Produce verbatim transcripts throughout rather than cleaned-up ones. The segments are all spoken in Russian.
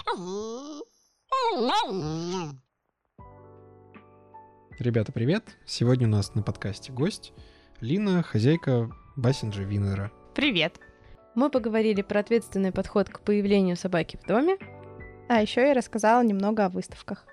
Ребята, привет! Сегодня у нас на подкасте гость Лина, хозяйка Бассенджа Виннера. Привет! Мы поговорили про ответственный подход к появлению собаки в доме. А еще я рассказала немного о выставках.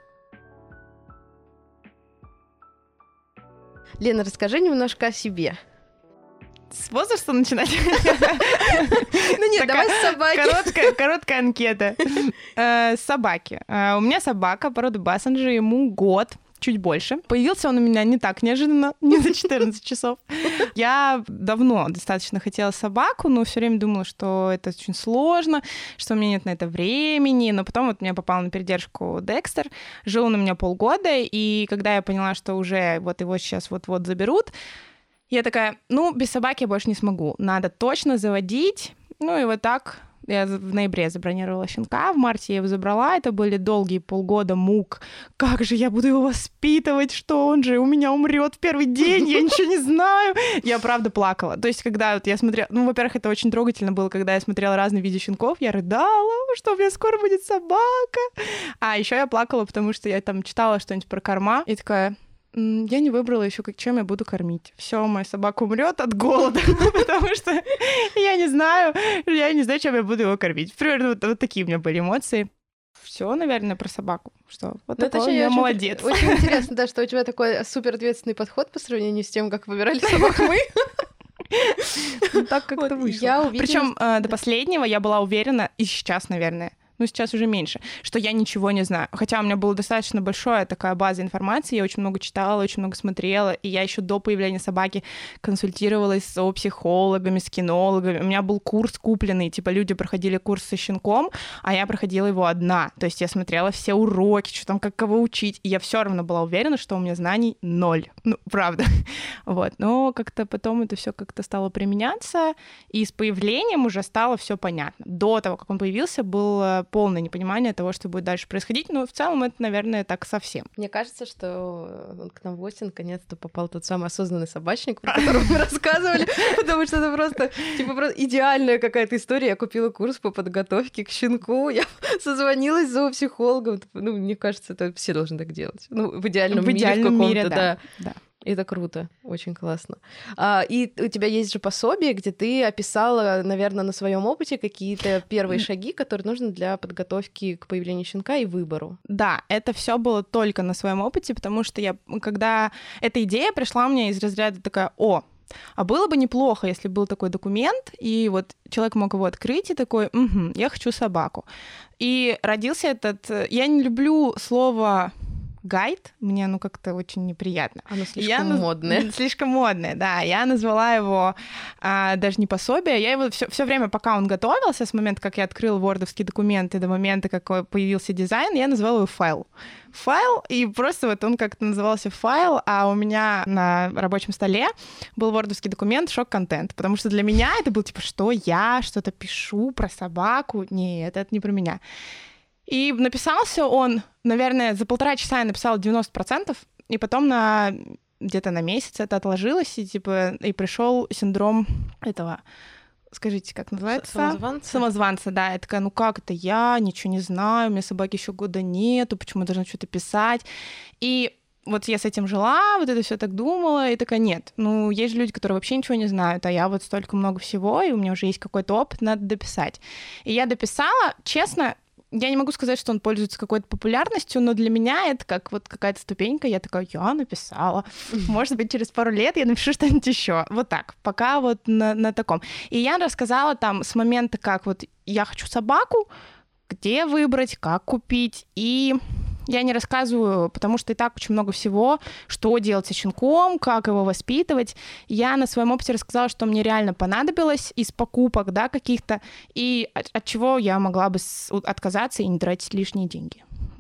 Лена, расскажи немножко о себе. С возраста начинать? Ну нет, давай с собаки. Короткая анкета. Собаки. У меня собака породы Бассенджа, ему год. Чуть больше. Появился он у меня не так неожиданно, не за четырнадцать часов. Я давно достаточно хотела собаку, но все время думала, что это очень сложно, что у меня нет на это времени. Но потом вот меня попал на передержку Декстер. Жил он у меня полгода, и когда я поняла, что уже вот его сейчас вот-вот заберут, я такая, ну, без собаки я больше не смогу. Надо точно заводить. Ну и вот так... Я в ноябре забронировала щенка, в марте я его забрала, это были долгие полгода мук. Как же я буду его воспитывать, что он же у меня умрет в первый день, я ничего не знаю. Я правда плакала. То есть, когда вот я смотрела... Ну, во-первых, это очень трогательно было, когда я смотрела разные видео щенков, я рыдала, что у меня скоро будет собака. А еще я плакала, потому что я там читала что-нибудь про корма, и такая... Я не выбрала еще, чем я буду кормить. Все, моя собака умрет от голода, потому что я не знаю, я не знаю, чем я буду его кормить. Примерно вот, вот такие у меня были эмоции. Все, наверное, про собаку. Что вот ну, такой я молодец. Очень интересно, да, что у тебя такой супер ответственный подход по сравнению с тем, как выбирали собак мы. Так как-то вышло. Причем до последнего я была уверена, и сейчас, наверное, ну, сейчас уже меньше, что я ничего не знаю. Хотя у меня была достаточно большая такая база информации, я очень много читала, очень много смотрела, и я еще до появления собаки консультировалась с зоопсихологами, с кинологами. У меня был курс купленный, типа люди проходили курс со щенком, а я проходила его одна. То есть я смотрела все уроки, что там, как кого учить, и я все равно была уверена, что у меня знаний ноль. Ну, правда. Вот. Но как-то потом это все как-то стало применяться, и с появлением уже стало все понятно. До того, как он появился, был полное непонимание того, что будет дальше происходить, но в целом это, наверное, так совсем. Мне кажется, что к нам в гости наконец-то попал тот самый осознанный собачник, про которого мы рассказывали, потому что это просто, типа, просто идеальная какая-то история. Я купила курс по подготовке к щенку, я созвонилась с зоопсихологом. Ну, мне кажется, это все должны так делать. Ну, в идеальном в мире идеальном в каком-то, мире, да. да. Это круто, очень классно. А, и у тебя есть же пособие, где ты описала, наверное, на своем опыте какие-то первые шаги, которые нужны для подготовки к появлению щенка и выбору. Да, это все было только на своем опыте, потому что я, когда эта идея пришла мне из разряда такая, о, а было бы неплохо, если был такой документ, и вот человек мог его открыть и такой, угу, я хочу собаку. И родился этот... Я не люблю слово... гайд, мне оно как-то очень неприятно. Оно слишком я модное. Наз... Слишком модное, да. Я назвала его а, даже не пособие, я его все время, пока он готовился, с момента, как я открыла вордовские документы до момента, как появился дизайн, я назвала его файл. Файл, и просто вот он как-то назывался файл, а у меня на рабочем столе был вордовский документ «Шок-контент», потому что для меня это был типа, что я что-то пишу про собаку. Нет, это не про меня. И написался он, наверное, за полтора часа я написала девяносто процентов, и потом на где-то на месяц это отложилось, и типа и пришел синдром этого, скажите, как называется? Самозванца? Самозванца, да. Я такая, ну как это я, ничего не знаю, у меня собаки еще года нету, почему я должна что-то писать? И вот я с этим жила, вот это все так думала, и такая, нет, ну, есть же люди, которые вообще ничего не знают, а я вот столько много всего, и у меня уже есть какой-то опыт, надо дописать. И я дописала, честно, я не могу сказать, что он пользуется какой-то популярностью, но для меня это как вот какая-то ступенька. Я такая, я написала. Может быть, через пару лет я напишу что-нибудь еще. Вот так, пока вот на, на таком. И я рассказала там с момента, как вот я хочу собаку, где выбрать, как купить, и... Я не рассказываю, потому что и так очень много всего, что делать с щенком, как его воспитывать. Я на своем опыте рассказала, что мне реально понадобилось из покупок, да, каких-то, и от, от чего я могла бы отказаться и не тратить лишние деньги. Так.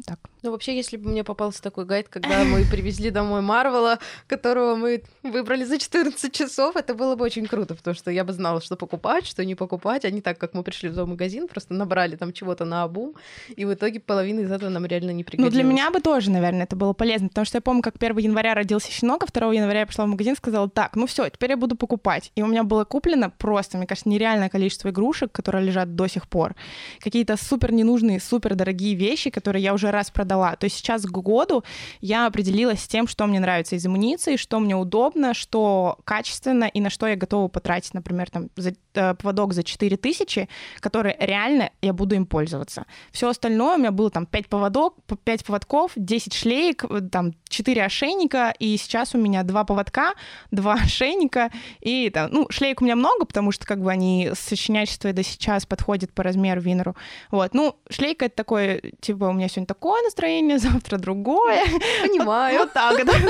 Ну, вообще, если бы мне попался такой гайд, когда мы привезли домой Марвела, которого мы выбрали за четырнадцать часов, это было бы очень круто, потому что я бы знала, что покупать, что не покупать, а не так, как мы пришли в зоомагазин, просто набрали там чего-то наобум, и в итоге половина из этого нам реально не пригодилась. Ну, для меня бы тоже, наверное, это было полезно, потому что я помню, как первого января родился щенок, а второго января я пришла в магазин и сказала, так, ну все, теперь я буду покупать. И у меня было куплено просто, мне кажется, нереальное количество игрушек, которые лежат до сих пор. Какие-то супер ненужные, супер дорогие вещи, которые я уже раз продала. То есть сейчас к году я определилась с тем, что мне нравится из амуниции, что мне удобно, что качественно и на что я готова потратить, например, там, за, э, поводок за четыре тысячи, который реально я буду им пользоваться. Все остальное у меня было там пять поводок, пять поводков, десять шлеек, там четыре ошейника, и сейчас у меня два поводка, два ошейника, и там, ну, шлеек у меня много, потому что как бы они сочинячество до сейчас подходят по размеру Винеру. Вот, ну, шлейка — это такое, типа, у меня сегодня такое настроение, завтра другое. Понимаю. Вот так, да.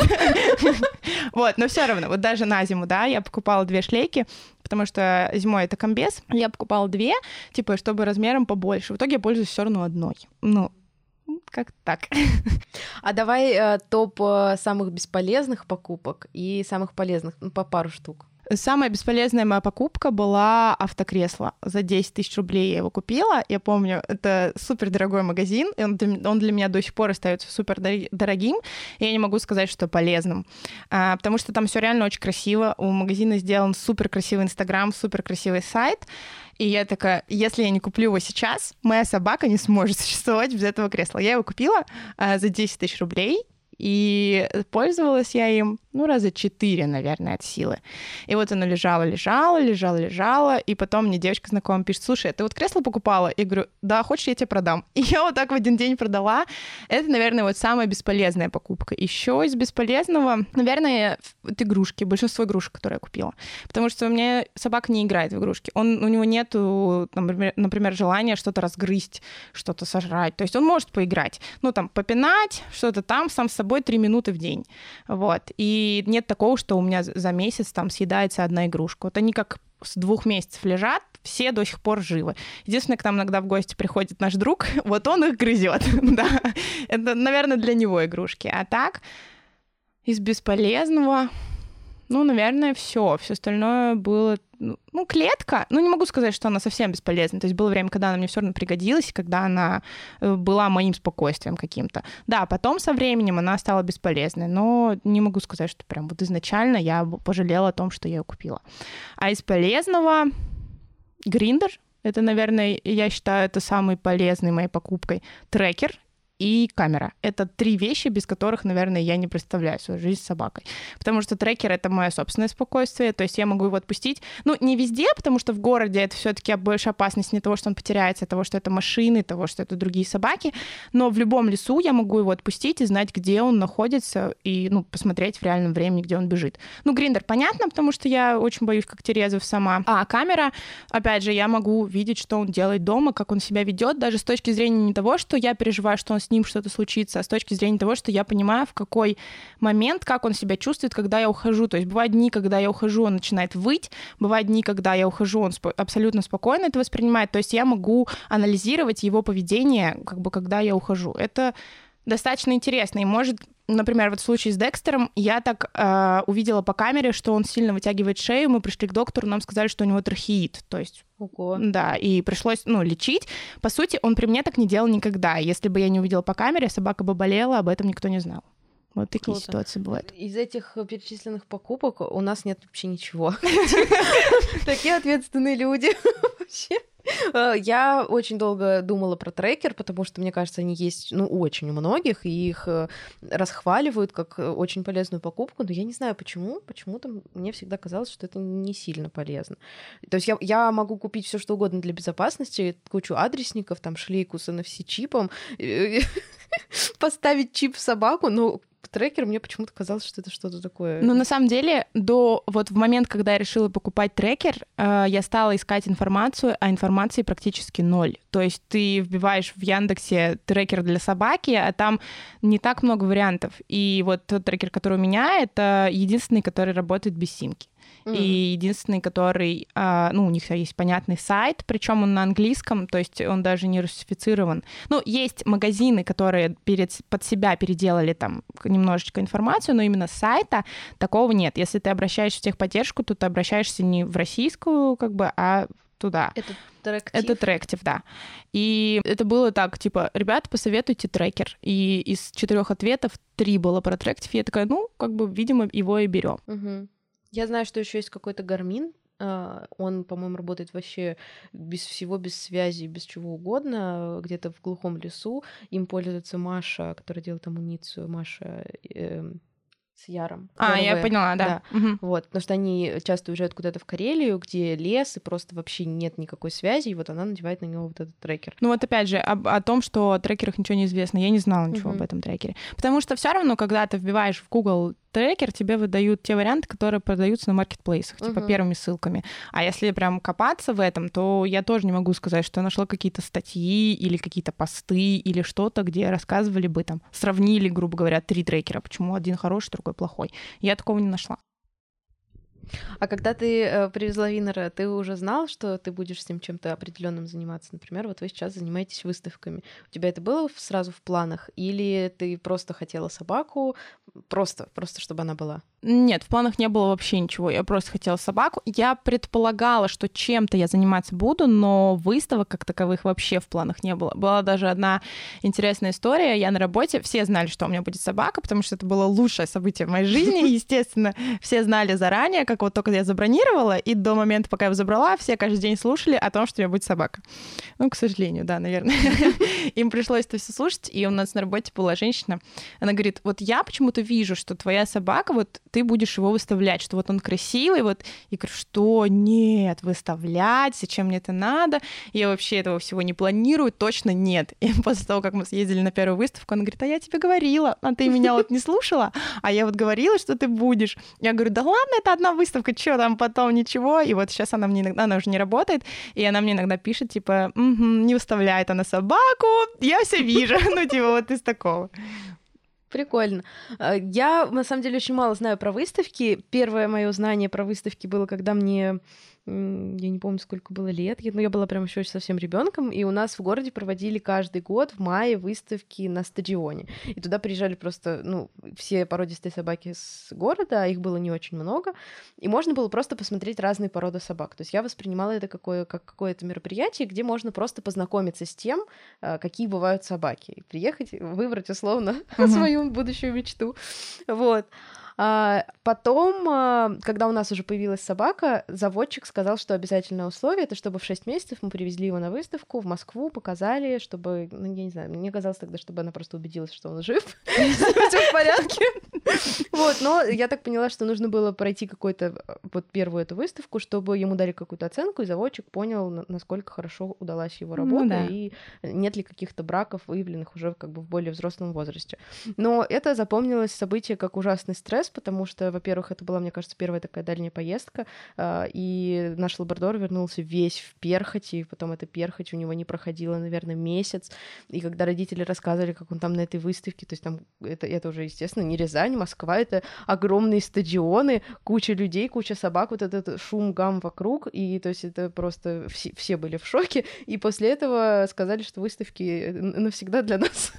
Вот, но все равно, вот даже на зиму, да, я покупала две шлейки, потому что зимой это комбез, я покупала две, типа, чтобы размером побольше. В итоге я пользуюсь все равно одной. Ну, как так. А давай э, топ э, самых бесполезных покупок и самых полезных, ну, по пару штук. Самая бесполезная моя покупка была автокресло. За десять тысяч рублей я его купила. Я помню, это супер дорогой магазин, и он, он для меня до сих пор остается супер дорогим, и я не могу сказать, что полезным. А, потому что там все реально очень красиво. У магазина сделан супер красивый Инстаграм, супер красивый сайт. И я такая, если я не куплю его сейчас, моя собака не сможет существовать без этого кресла. Я его купила а, за десять тысяч рублей, и пользовалась я им, ну, раза четыре, наверное, от силы. И вот оно лежало, лежало, лежало, лежало, и потом мне девочка знакомая пишет, слушай, а ты вот кресло покупала? Я говорю, да, хочешь, я тебе продам? И я вот так в один день продала. Это, наверное, вот самая бесполезная покупка. Еще из бесполезного, наверное, вот игрушки, большинство игрушек, которые я купила. Потому что у меня собака не играет в игрушки. Он, у него нету, например, например, желания что-то разгрызть, что-то сожрать. То есть он может поиграть, ну, там, попинать, что-то там, сам с собой три минуты в день. Вот. И нет такого, что у меня за месяц там съедается одна игрушка. Вот они как с двух месяцев лежат, все до сих пор живы. Единственное, к нам иногда в гости приходит наш друг, вот он их грызет. Да. Это, наверное, для него игрушки. А так, из бесполезного, ну, наверное, все. Все остальное было... Ну, клетка, ну, не могу сказать, что она совсем бесполезна. То есть было время, когда она мне все равно пригодилась, когда она была моим спокойствием каким-то. Да, потом со временем она стала бесполезной, но не могу сказать, что прям вот изначально я пожалела о том, что я ее купила. А из полезного Grindr, это, наверное, я считаю, это самой полезной моей покупкой. Трекер и камера. Это три вещи, без которых, наверное, я не представляю свою жизнь с собакой. Потому что трекер — это мое собственное спокойствие, то есть я могу его отпустить. Ну, не везде, потому что в городе это все-таки больше опасность не того, что он потеряется, а того, что это машины, того, что это другие собаки, но в любом лесу я могу его отпустить и знать, где он находится, и, ну, посмотреть в реальном времени, где он бежит. Ну, Grindr понятно, потому что я очень боюсь как Терезов сама. А камера, опять же, я могу видеть, что он делает дома, как он себя ведет, даже с точки зрения не того, что я переживаю, что он с ним что-то случится, а с точки зрения того, что я понимаю, в какой момент, как он себя чувствует, когда я ухожу. То есть бывают дни, когда я ухожу, он начинает выть, бывают дни, когда я ухожу, он спо- абсолютно спокойно это воспринимает. То есть я могу анализировать его поведение, как бы, когда я ухожу. Это достаточно интересно. И может, например, вот в случае с Декстером я так э, увидела по камере, что он сильно вытягивает шею, мы пришли к доктору, нам сказали, что у него трахеит, то есть... Ого. Да, и пришлось, ну, лечить. По сути, он при мне так не делал никогда. Если бы я не увидела по камере, собака бы болела, об этом никто не знал. Вот такие Круто. ситуации бывают. Из этих перечисленных покупок у нас нет вообще ничего. Такие ответственные люди вообще. Я очень долго думала про трекер, потому что, мне кажется, они есть, ну, очень у многих, и их расхваливают как очень полезную покупку, но я не знаю почему, почему-то мне всегда казалось, что это не сильно полезно. То есть я, я могу купить все что угодно для безопасности, кучу адресников, там, шлейку с эн эф си-чипом, поставить чип в собаку, но трекер, мне почему-то казалось, что это что-то такое. Ну, на самом деле, до вот в момент, когда я решила покупать трекер, э, я стала искать информацию, а информации практически ноль. То есть ты вбиваешь в Яндексе трекер для собаки, а там не так много вариантов. И вот тот трекер, который у меня, это единственный, который работает без симки. Mm. И единственный, который, а, ну, у них есть понятный сайт, причем он на английском, то есть он даже не русифицирован. Ну, есть магазины, которые перед, под себя переделали там немножечко информацию, но именно сайта такого нет. Если ты обращаешься в техподдержку, то ты обращаешься не в российскую, как бы, а туда. Это тректив? Это тректив, да. И это было так, типа, ребята, посоветуйте трекер. И из четырех ответов три было про тректив. Я такая, ну, как бы, видимо, его и берем. Угу. Я знаю, что еще есть какой-то Garmin. Он, по-моему, работает вообще без всего, без связи, без чего угодно, где-то в глухом лесу. Им пользуется Маша, которая делает амуницию, Маша э, с Яром. А, я поняла, да. да. Угу. Вот, потому что они часто уезжают куда-то в Карелию, где лес, и просто вообще нет никакой связи, и вот она надевает на него вот этот трекер. Ну вот опять же, об, о том, что о трекерах ничего не известно. Я не знала ничего угу. об этом трекере. Потому что все равно, когда ты вбиваешь в Google трекер, тебе выдают те варианты, которые продаются на маркетплейсах, типа uh-huh. первыми ссылками. А если прям копаться в этом, то я тоже не могу сказать, что я нашла какие-то статьи или какие-то посты или что-то, где рассказывали бы там, сравнили, грубо говоря, три трекера, почему один хороший, другой плохой. Я такого не нашла. А когда ты э, привезла Винера, ты уже знал, что ты будешь с ним чем-то определенным заниматься? Например, вот вы сейчас занимаетесь выставками. У тебя это было сразу в планах? Или ты просто хотела собаку, просто, просто чтобы она была? Нет, в планах не было вообще ничего. Я просто хотела собаку. Я предполагала, что чем-то я заниматься буду, но выставок как таковых вообще в планах не было. Была даже одна интересная история. Я на работе, все знали, что у меня будет собака, потому что это было лучшее событие в моей жизни. Естественно, все знали заранее, как вот только я забронировала, и до момента, пока я его забрала, все каждый день слушали о том, что у меня будет собака. Ну, к сожалению, да, наверное. Им пришлось это все слушать, и у нас на работе была женщина. Она говорит, вот я почему-то вижу, что твоя собака, вот ты будешь его выставлять, что вот он красивый, вот. И говорю, что нет, выставлять, зачем мне это надо? Я вообще этого всего не планирую, точно нет. И после того, как мы съездили на первую выставку, она говорит, а я тебе говорила, а ты меня вот не слушала, а я вот говорила, что ты будешь. Я говорю, да ладно, это одна выставка, что там потом, ничего. И вот сейчас она мне иногда, она уже не работает, и она мне иногда пишет, типа, угу, не выставляет она собаку, я все вижу, ну, типа, вот из такого. Прикольно. Я, на самом деле, очень мало знаю про выставки. Первое мое знание про выставки было, когда мне... Я не помню, сколько было лет, но я была прям еще совсем ребенком, и у нас в городе проводили каждый год в мае выставки на стадионе. И туда приезжали просто, ну, все породистые собаки с города, а их было не очень много, и можно было просто посмотреть разные породы собак. То есть я воспринимала это какое, как какое-то мероприятие, где можно просто познакомиться с тем, какие бывают собаки, и приехать, выбрать условно uh-huh. свою будущую мечту. Вот. А потом, когда у нас уже появилась собака, заводчик сказал, что обязательное условие — это чтобы в шесть месяцев мы привезли его на выставку в Москву, показали, чтобы, ну, я не знаю, мне казалось тогда, чтобы она просто убедилась, что он жив, все в порядке. Вот, но я так поняла, что нужно было пройти какую-то вот первую эту выставку, чтобы ему дали какую-то оценку, и заводчик понял, насколько хорошо удалась его работа, и нет ли каких-то браков, выявленных уже как бы в более взрослом возрасте. Но это запомнилось событие как ужасный стресс, потому что, во-первых, это была, мне кажется, первая такая дальняя поездка, и наш лабрадор вернулся весь в перхоти, и потом эта перхоть у него не проходила, наверное, месяц, и когда родители рассказывали, как он там на этой выставке, то есть там это, это уже, естественно, не Рязань, Москва, это огромные стадионы, куча людей, куча собак, вот этот шум, гам вокруг, и то есть это просто все, все были в шоке, и после этого сказали, что выставки навсегда для нас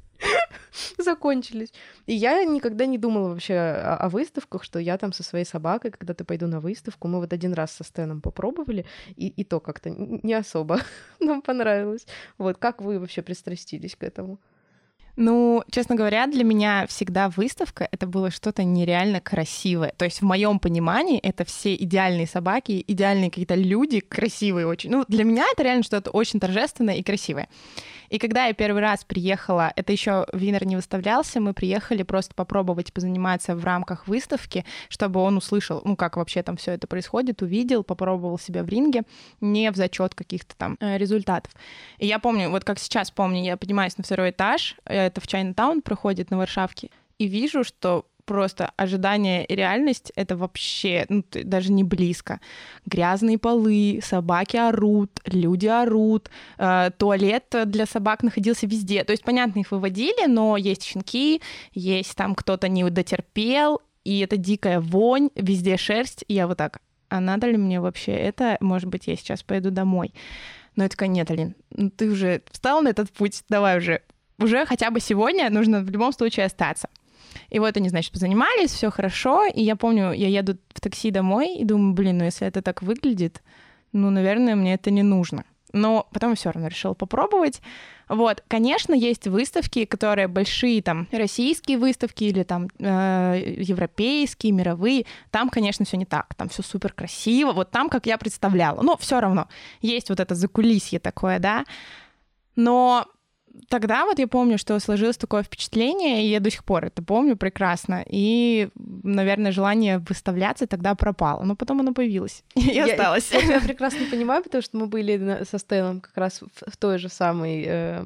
закончились. И я никогда не думала вообще о, о выставках, что я там со своей собакой когда-то пойду на выставку. Мы вот один раз со Стэном попробовали, и, и то как-то не особо нам понравилось. Вот как вы вообще пристрастились к этому? Ну, честно говоря, для меня всегда выставка — это было что-то нереально красивое. То есть в моем понимании это все идеальные собаки, идеальные какие-то люди, красивые очень. Ну, для меня это реально что-то очень торжественное и красивое. И когда я первый раз приехала, это еще Винер не выставлялся, мы приехали просто попробовать позаниматься в рамках выставки, чтобы он услышал, ну, как вообще там все это происходит, увидел, попробовал себя в ринге, не в зачет каких-то там э, результатов. И я помню, вот как сейчас помню, я поднимаюсь на второй этаж, это в Чайнатаун проходит на Варшавке, и вижу, что просто ожидание и реальность — это вообще, ну, даже не близко. Грязные полы, собаки орут, люди орут, э, туалет для собак находился везде. То есть, понятно, их выводили, но есть щенки, есть там кто-то не дотерпел, и это дикая вонь, везде шерсть, и я вот так, а надо ли мне вообще это? Может быть, я сейчас пойду домой. Но я такая, нет, Алин, ты уже встал на этот путь, давай уже. Уже хотя бы сегодня нужно в любом случае остаться. И вот они, значит, позанимались, все хорошо, и я помню, я еду в такси домой и думаю, блин, ну если это так выглядит, ну, наверное, мне это не нужно. Но потом все равно решила попробовать. Вот, конечно, есть выставки, которые большие, там, российские выставки или там э, европейские, мировые. Там, конечно, все не так. Там все супер красиво. Вот там, как я представляла. Но все равно есть вот это закулисье такое, да. Но тогда вот я помню, что сложилось такое впечатление, и я до сих пор это помню прекрасно. И, наверное, желание выставляться тогда пропало. Но потом оно появилось и осталось. Я тебя прекрасно понимаю, потому что мы были со Стеллом как раз в той же самой...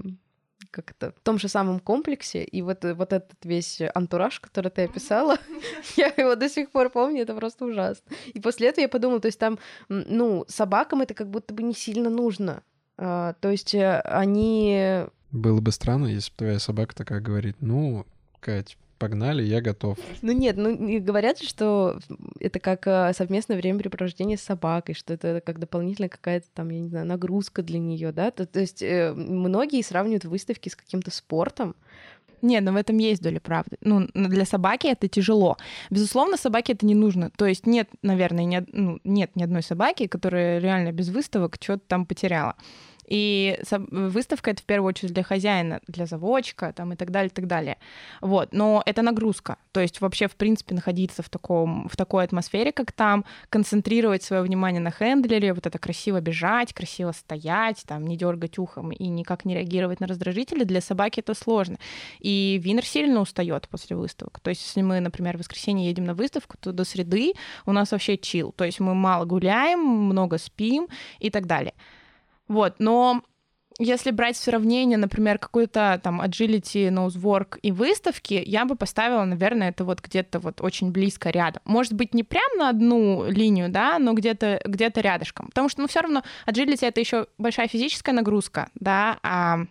как это, в том же самом комплексе, и вот, вот этот весь антураж, который ты описала, я его до сих пор помню, это просто ужасно. И после этого я подумала, то есть там, ну, собакам это как будто бы не сильно нужно. То есть они... Было бы странно, если бы твоя собака такая говорит, ну, Кать, погнали, я готов. Ну нет, ну говорят, что это как совместное времяпрепровождение с собакой, что это как дополнительная какая-то там, я не знаю, нагрузка для нее, да? То, то есть э, многие сравнивают выставки с каким-то спортом. Нет, но в этом есть доля правды. Ну, для собаки это тяжело. Безусловно, собаке это не нужно. То есть нет, наверное, ни, ну, нет ни одной собаки, которая реально без выставок что-то там потеряла. И выставка — это в первую очередь для хозяина, для заводчика там, и так далее, и так далее. Вот. Но это нагрузка. То есть вообще, в принципе, находиться в, таком, в такой атмосфере, как там, концентрировать свое внимание на хендлере, вот это красиво бежать, красиво стоять, там, не дергать ухом и никак не реагировать на раздражители, для собаки это сложно. И Винер сильно устает после выставок. То есть если мы, например, в воскресенье едем на выставку, то до среды у нас вообще чил. То есть мы мало гуляем, много спим и так далее. Вот, но если брать в сравнение, например, какой-то там agility, nosework и выставки, я бы поставила, наверное, это вот где-то вот очень близко рядом. Может быть, не прям на одну линию, да, но где-то, где-то рядышком. Потому что, ну, все равно agility — это еще большая физическая нагрузка, да, а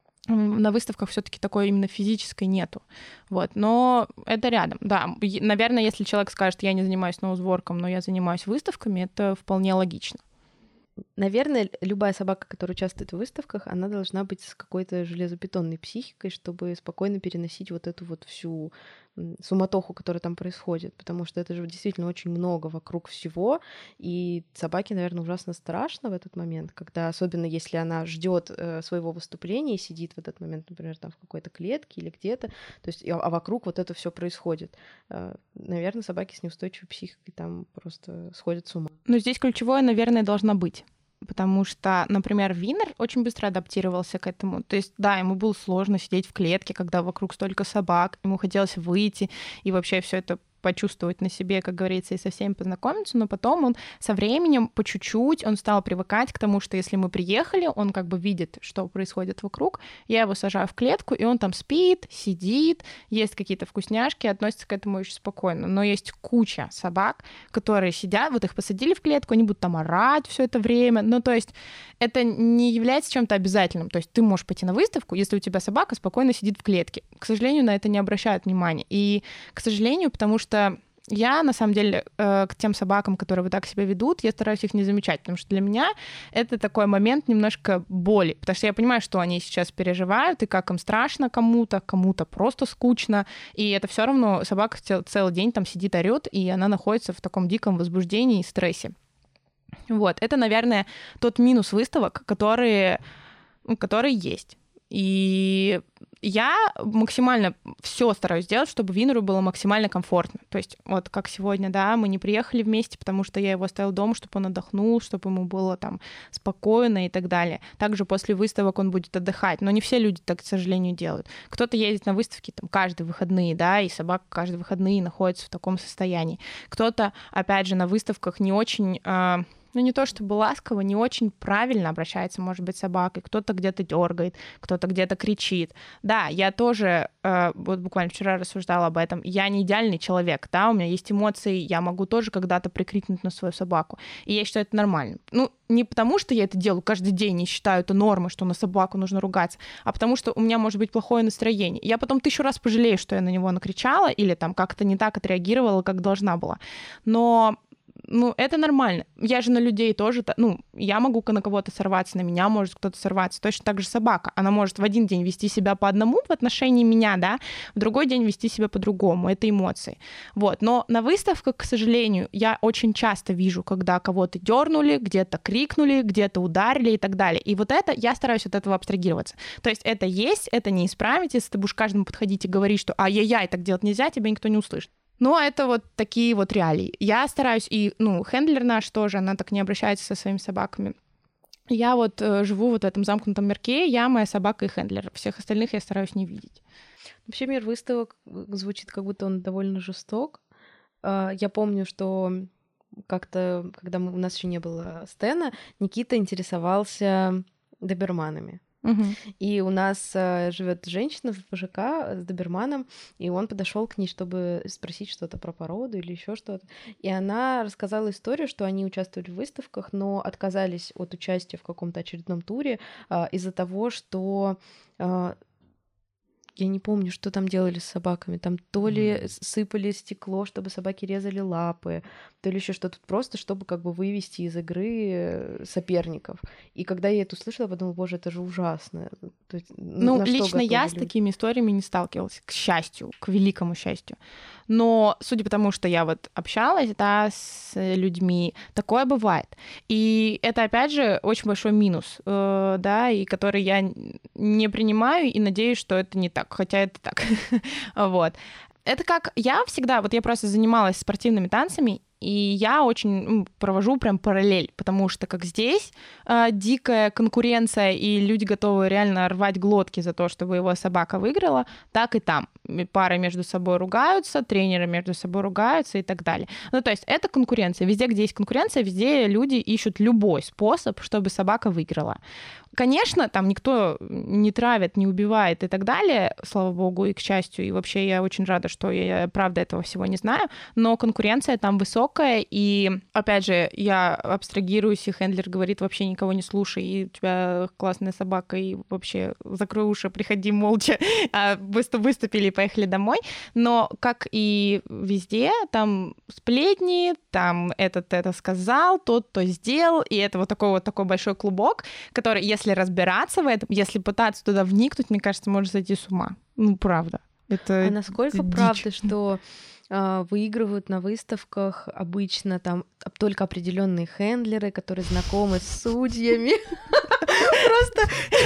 на выставках все-таки такой именно физической нету. Вот, но это рядом, да. Наверное, если человек скажет, я не занимаюсь ноузворком, но я занимаюсь выставками, это вполне логично. Наверное, любая собака, которая участвует в выставках, она должна быть с какой-то железобетонной психикой, чтобы спокойно переносить вот эту вот всю суматоху, которая там происходит, потому что это же действительно очень много вокруг всего, и собаке, наверное, ужасно страшно в этот момент, когда, особенно если она ждет своего выступления и сидит в этот момент, например, там в какой-то клетке или где-то, то есть, а вокруг вот это все происходит. Наверное, собаки с неустойчивой психикой там просто сходят с ума. Но здесь ключевое, наверное, должно быть. Потому что, например, Винер очень быстро адаптировался к этому. То есть, да, ему было сложно сидеть в клетке, когда вокруг столько собак, ему хотелось выйти и вообще все это почувствовать на себе, как говорится, и со всеми познакомиться, но потом он со временем по чуть-чуть он стал привыкать к тому, что если мы приехали, он как бы видит, что происходит вокруг, я его сажаю в клетку, и он там спит, сидит, ест какие-то вкусняшки, относится к этому очень спокойно. Но есть куча собак, которые сидят, вот их посадили в клетку, они будут там орать все это время, ну то есть это не является чем-то обязательным, то есть ты можешь пойти на выставку, если у тебя собака спокойно сидит в клетке. К сожалению, на это не обращают внимания. И, к сожалению, потому что что я, на самом деле, к тем собакам, которые вот так себя ведут, я стараюсь их не замечать, потому что для меня это такой момент немножко боли, потому что я понимаю, что они сейчас переживают, и как им страшно кому-то, кому-то просто скучно, и это все равно собака целый день там сидит, орёт, и она находится в таком диком возбуждении и стрессе. Вот, это, наверное, тот минус выставок, которые, которые есть. И я максимально все стараюсь сделать, чтобы Винеру было максимально комфортно. То есть вот как сегодня, да, мы не приехали вместе, потому что я его оставила дома, чтобы он отдохнул, чтобы ему было там спокойно и так далее. Также после выставок он будет отдыхать, но не все люди так, к сожалению, делают. Кто-то ездит на выставки там каждые выходные, да, и собака каждые выходные находится в таком состоянии. Кто-то, опять же, на выставках не очень... ну, не то чтобы ласково, не очень правильно обращается, может быть, с собакой. Кто-то где-то дергает, кто-то где-то кричит. Да, я тоже, э, вот буквально вчера рассуждала об этом, я не идеальный человек, да, у меня есть эмоции, я могу тоже когда-то прикрикнуть на свою собаку, и я считаю это нормально. Ну, не потому, что я это делаю каждый день и считаю это нормой, что на собаку нужно ругаться, а потому что у меня может быть плохое настроение. Я потом тысячу раз пожалею, что я на него накричала или там как-то не так отреагировала, как должна была. Но ну, это нормально. Я же на людей тоже, ну, я могу на кого-то сорваться, на меня может кто-то сорваться. Точно так же собака. Она может в один день вести себя по одному в отношении меня, да, в другой день вести себя по-другому. Это эмоции. Вот. Но на выставках, к сожалению, я очень часто вижу, когда кого-то дернули, где-то крикнули, где-то ударили и так далее. И вот это, я стараюсь от этого абстрагироваться. То есть это есть, это не исправить. Если ты будешь каждому подходить и говорить, что ай-яй-яй, так делать нельзя, тебя никто не услышит. Но это вот такие вот реалии. Я стараюсь, и, ну, хендлер наш тоже, она так не обращается со своими собаками. Я вот э, живу вот в этом замкнутом мирке, я, моя собака и хендлер. Всех остальных я стараюсь не видеть. Вообще мир выставок звучит, как будто он довольно жесток. Я помню, что как-то, когда мы, у нас еще не было Стена, Никита интересовался доберманами. Угу. И у нас э, живет женщина в ПЖК с доберманом, и он подошел к ней, чтобы спросить что-то про породу или еще что-то. И она рассказала историю, что они участвовали в выставках, но отказались от участия в каком-то очередном туре э, из-за того, что э, я не помню, что там делали с собаками. Там то ли mm. сыпали стекло, чтобы собаки резали лапы, то ли еще что-то просто, чтобы как бы вывести из игры соперников. И когда я это услышала, я подумала, боже, это же ужасно. То есть, ну, лично я с такими историями не сталкивалась, к счастью, к великому счастью. Но судя по тому, что я вот общалась, да, с людьми, такое бывает. И это, опять же, очень большой минус, э, да, и который я не принимаю и надеюсь, что это не так, хотя это так. Вот. Это как я всегда, вот я просто занималась спортивными танцами, и я очень ну, провожу прям параллель, потому что как здесь э, дикая конкуренция, и люди готовы реально рвать глотки за то, чтобы его собака выиграла, так и там. Пары между собой ругаются, тренеры между собой ругаются и так далее. Ну, то есть это конкуренция. Везде, где есть конкуренция, везде люди ищут любой способ, чтобы собака выиграла. Конечно, там никто не травит, не убивает и так далее, слава богу, и к счастью, и вообще я очень рада, что я, правда, этого всего не знаю, но конкуренция там высокая, и, опять же, я абстрагируюсь, и хендлер говорит, вообще никого не слушай, и у тебя классная собака, и вообще закрой уши, приходи молча, выступили, поехали домой, но, как и везде, там сплетни, там этот это сказал, тот то сделал, и это вот такой вот такой большой клубок, который, если разбираться в этом, если пытаться туда вникнуть, мне кажется, может зайти с ума. Ну, правда. Это а насколько дичь. Правда, что э, выигрывают на выставках обычно там только определенные хендлеры, которые знакомы с судьями? Просто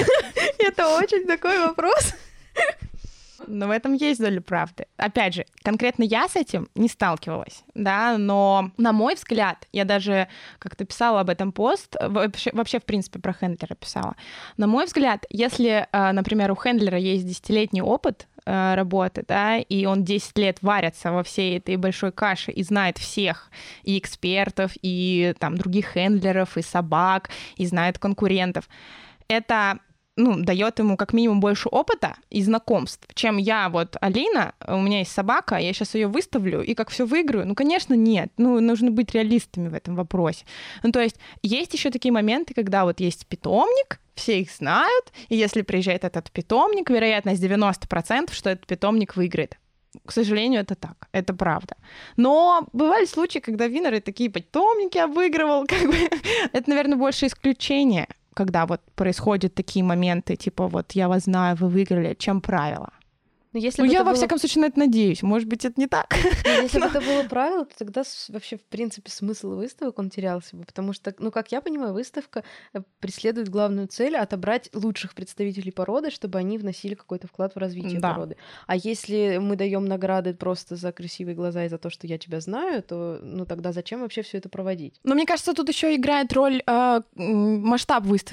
это очень такой вопрос. Но в этом есть доля правды. Опять же, конкретно я с этим не сталкивалась, да, но, на мой взгляд, я даже как-то писала об этом пост, вообще, вообще в принципе, про хендлера писала. На мой взгляд, если, например, у хендлера есть десятилетний опыт работы, да, и он десять лет варится во всей этой большой каше и знает всех, и экспертов, и там других хендлеров, и собак, и знает конкурентов, это... ну, дает ему как минимум больше опыта и знакомств, чем я, вот, Алина, у меня есть собака, я сейчас ее выставлю и как все выиграю. Ну, конечно, нет. Ну, нужно быть реалистами в этом вопросе. Ну, то есть есть еще такие моменты, когда вот есть питомник, все их знают, и если приезжает этот питомник, вероятность девяносто процентов, что этот питомник выиграет. К сожалению, это так, это правда. Но бывали случаи, когда виннеры такие питомники обыгрывал, как бы, это, наверное, больше исключение, когда вот происходят такие моменты, типа вот я вас знаю, вы выиграли, чем правило. Но если ну, бы я, во было... всяком случае, на это надеюсь. Может быть, это не так. Но если Но... бы это было правило, то тогда вообще, в принципе, смысл выставок, он терялся бы. Потому что, ну, как я понимаю, выставка преследует главную цель — отобрать лучших представителей породы, чтобы они вносили какой-то вклад в развитие да. породы. А если мы даем награды просто за красивые глаза и за то, что я тебя знаю, то, ну, тогда зачем вообще все это проводить? Но мне кажется, тут еще играет роль э, масштаб выставки.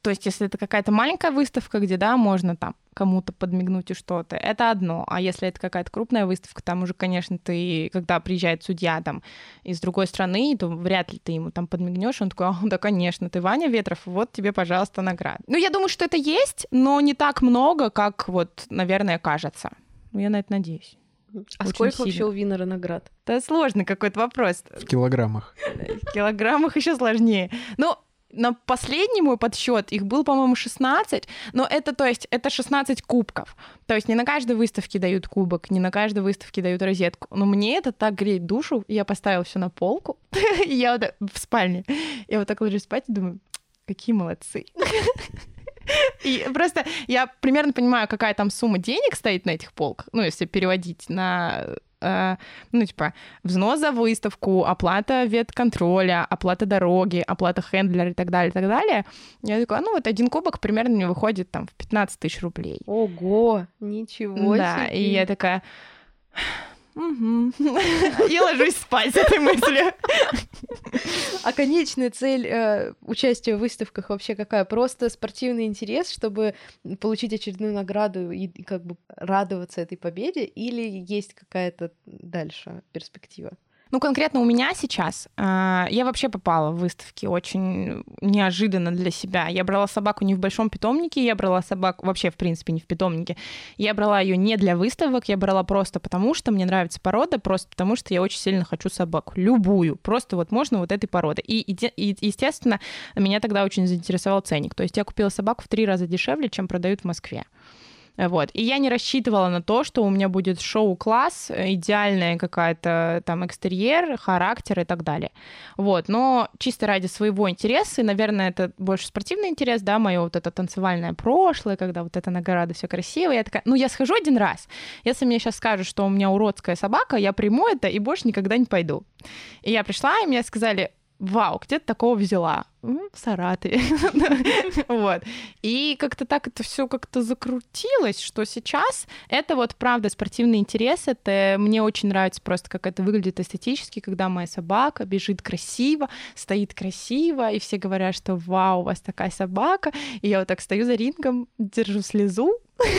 То есть, если это какая-то маленькая выставка, где, да, можно там кому-то подмигнуть и что-то, это одно. А если это какая-то крупная выставка, там уже, конечно, ты, когда приезжает судья там из другой страны, то вряд ли ты ему там подмигнешь, он такой: а, да, конечно, ты Ваня Ветров, вот тебе, пожалуйста, награда. Ну, я думаю, что это есть, но не так много, как вот, наверное, кажется. Ну, я на это надеюсь. А Очень сколько сильно. вообще у Винера наград? Это сложный какой-то вопрос. В килограммах. В килограммах еще сложнее. Ну, на последний мой подсчет их было, по-моему, шестнадцать, но это, то есть, это шестнадцать кубков. То есть не на каждой выставке дают кубок, не на каждой выставке дают розетку. Но мне это так греет душу. Я поставила все на полку, и я вот так, в спальне. Я вот так ложусь спать и думаю, какие молодцы. И просто я примерно понимаю, какая там сумма денег стоит на этих полках, ну, если переводить на, э, ну, типа, взнос за выставку, оплата ветконтроля, оплата дороги, оплата хендлера и так далее, и так далее. Я такая, ну, вот один кубок примерно мне выходит там в пятнадцать тысяч рублей. Ого, ничего да, себе. И я такая... Угу. И ложусь спать с этой мыслью. А конечная цель э, участия в выставках вообще какая? Просто спортивный интерес, чтобы получить очередную награду и, и как бы радоваться этой победе? Или есть какая-то дальше перспектива? Ну, конкретно у меня сейчас, э, я вообще попала в выставки очень неожиданно для себя. Я брала собаку не в большом питомнике, я брала собаку вообще, в принципе, не в питомнике. Я брала ее не для выставок, я брала просто потому, что мне нравится порода, просто потому, что я очень сильно хочу собаку. Любую. Просто вот можно вот этой породы. И, и, и естественно, меня тогда очень заинтересовал ценник. То есть я купила собаку в три раза дешевле, чем продают в Москве. Вот. И я не рассчитывала на то, что у меня будет шоу-класс, идеальная какая-то там экстерьер, характер и так далее. Вот. Но чисто ради своего интереса, и, наверное, это больше спортивный интерес, да, мое вот это танцевальное прошлое, когда вот эта награда, все красиво. Я такая, ну, я схожу один раз. Если мне сейчас скажут, что у меня уродская собака, я приму это и больше никогда не пойду. И я пришла, и мне сказали: вау, где ты такого взяла? В Саратове. Вот. И как-то так это все как-то закрутилось, что сейчас это вот правда спортивный интерес. Это мне очень нравится просто, как это выглядит эстетически, когда моя собака бежит красиво, стоит красиво, и все говорят, что вау, у вас такая собака. И я вот так стою за рингом, держу слезу.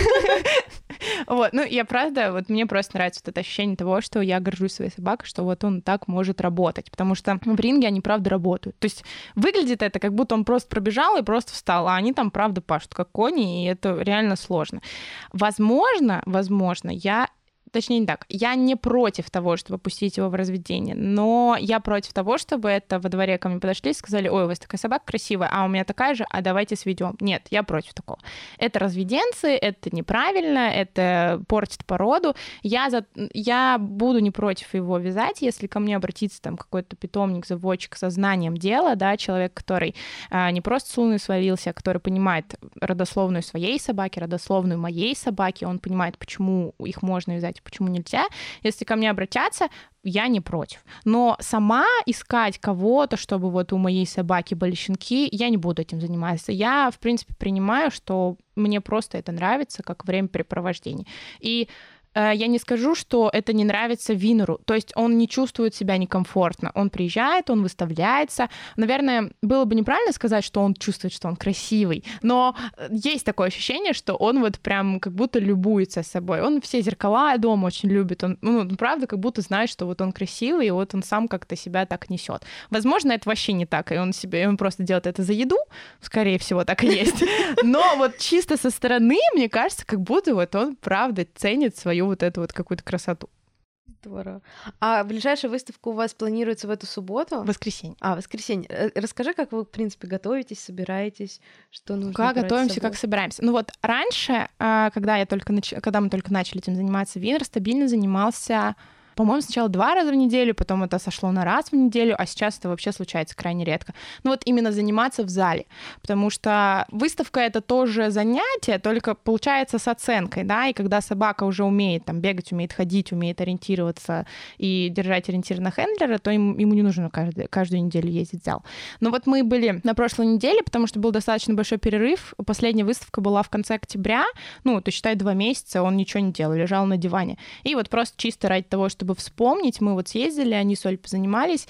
Вот, ну я правда, вот мне просто нравится вот это ощущение того, что я горжусь своей собакой, что вот он так может работать, потому что в ринге они правда работают. То есть выглядит это, как будто он просто пробежал и просто встал, а они там правда пашут как кони, и это реально сложно. Возможно, возможно, я... Точнее, не так. Я не против того, чтобы пустить его в разведение, но я против того, чтобы это во дворе ко мне подошли и сказали: ой, у вас такая собака красивая, а у меня такая же, а давайте сведем. Нет, я против такого. Это разведенцы, это неправильно, это портит породу. Я, за... я буду не против его вязать, если ко мне обратится там какой-то питомник, заводчик со знанием дела, да, человек, который а, не просто с луны свалился, а который понимает родословную своей собаки, родословную моей собаки, он понимает, почему их можно вязать, почему нельзя. Если ко мне обратятся, я не против. Но сама искать кого-то, чтобы вот у моей собаки были щенки, я не буду этим заниматься. Я, в принципе, принимаю, что мне просто это нравится как времяпрепровождение. И я не скажу, что это не нравится Винеру. То есть он не чувствует себя некомфортно. Он приезжает, он выставляется. Наверное, было бы неправильно сказать, что он чувствует, что он красивый, но есть такое ощущение, что он вот прям как будто любуется собой. Он все зеркала дома очень любит. Он, ну, правда, как будто знает, что вот он красивый, и вот он сам как-то себя так несет. Возможно, это вообще не так, и он себе, он просто делает это за еду. Скорее всего, так и есть. Но вот чисто со стороны, мне кажется, как будто вот он правда ценит свою вот эту вот какую-то красоту. Здорово. А ближайшая выставка у вас планируется в эту субботу? Воскресенье. А, воскресенье. Расскажи, как вы, в принципе, готовитесь, собираетесь, что нужно Как готовимся, как собираемся. Ну вот раньше, когда, я только нач... когда мы только начали этим заниматься, Винер стабильно занимался, по-моему, сначала два раза в неделю, потом это сошло на раз в неделю, а сейчас это вообще случается крайне редко. Ну вот именно заниматься в зале, потому что выставка — это тоже занятие, только получается с оценкой, да, и когда собака уже умеет там бегать, умеет ходить, умеет ориентироваться и держать ориентир на хендлера, то ему, ему не нужно каждый, каждую неделю ездить в зал. Но вот мы были на прошлой неделе, потому что был достаточно большой перерыв, последняя выставка была в конце октября, ну, то считай, два месяца он ничего не делал, лежал на диване. И вот просто чисто ради того, чтобы вспомнить, мы вот съездили, они с Олей позанимались.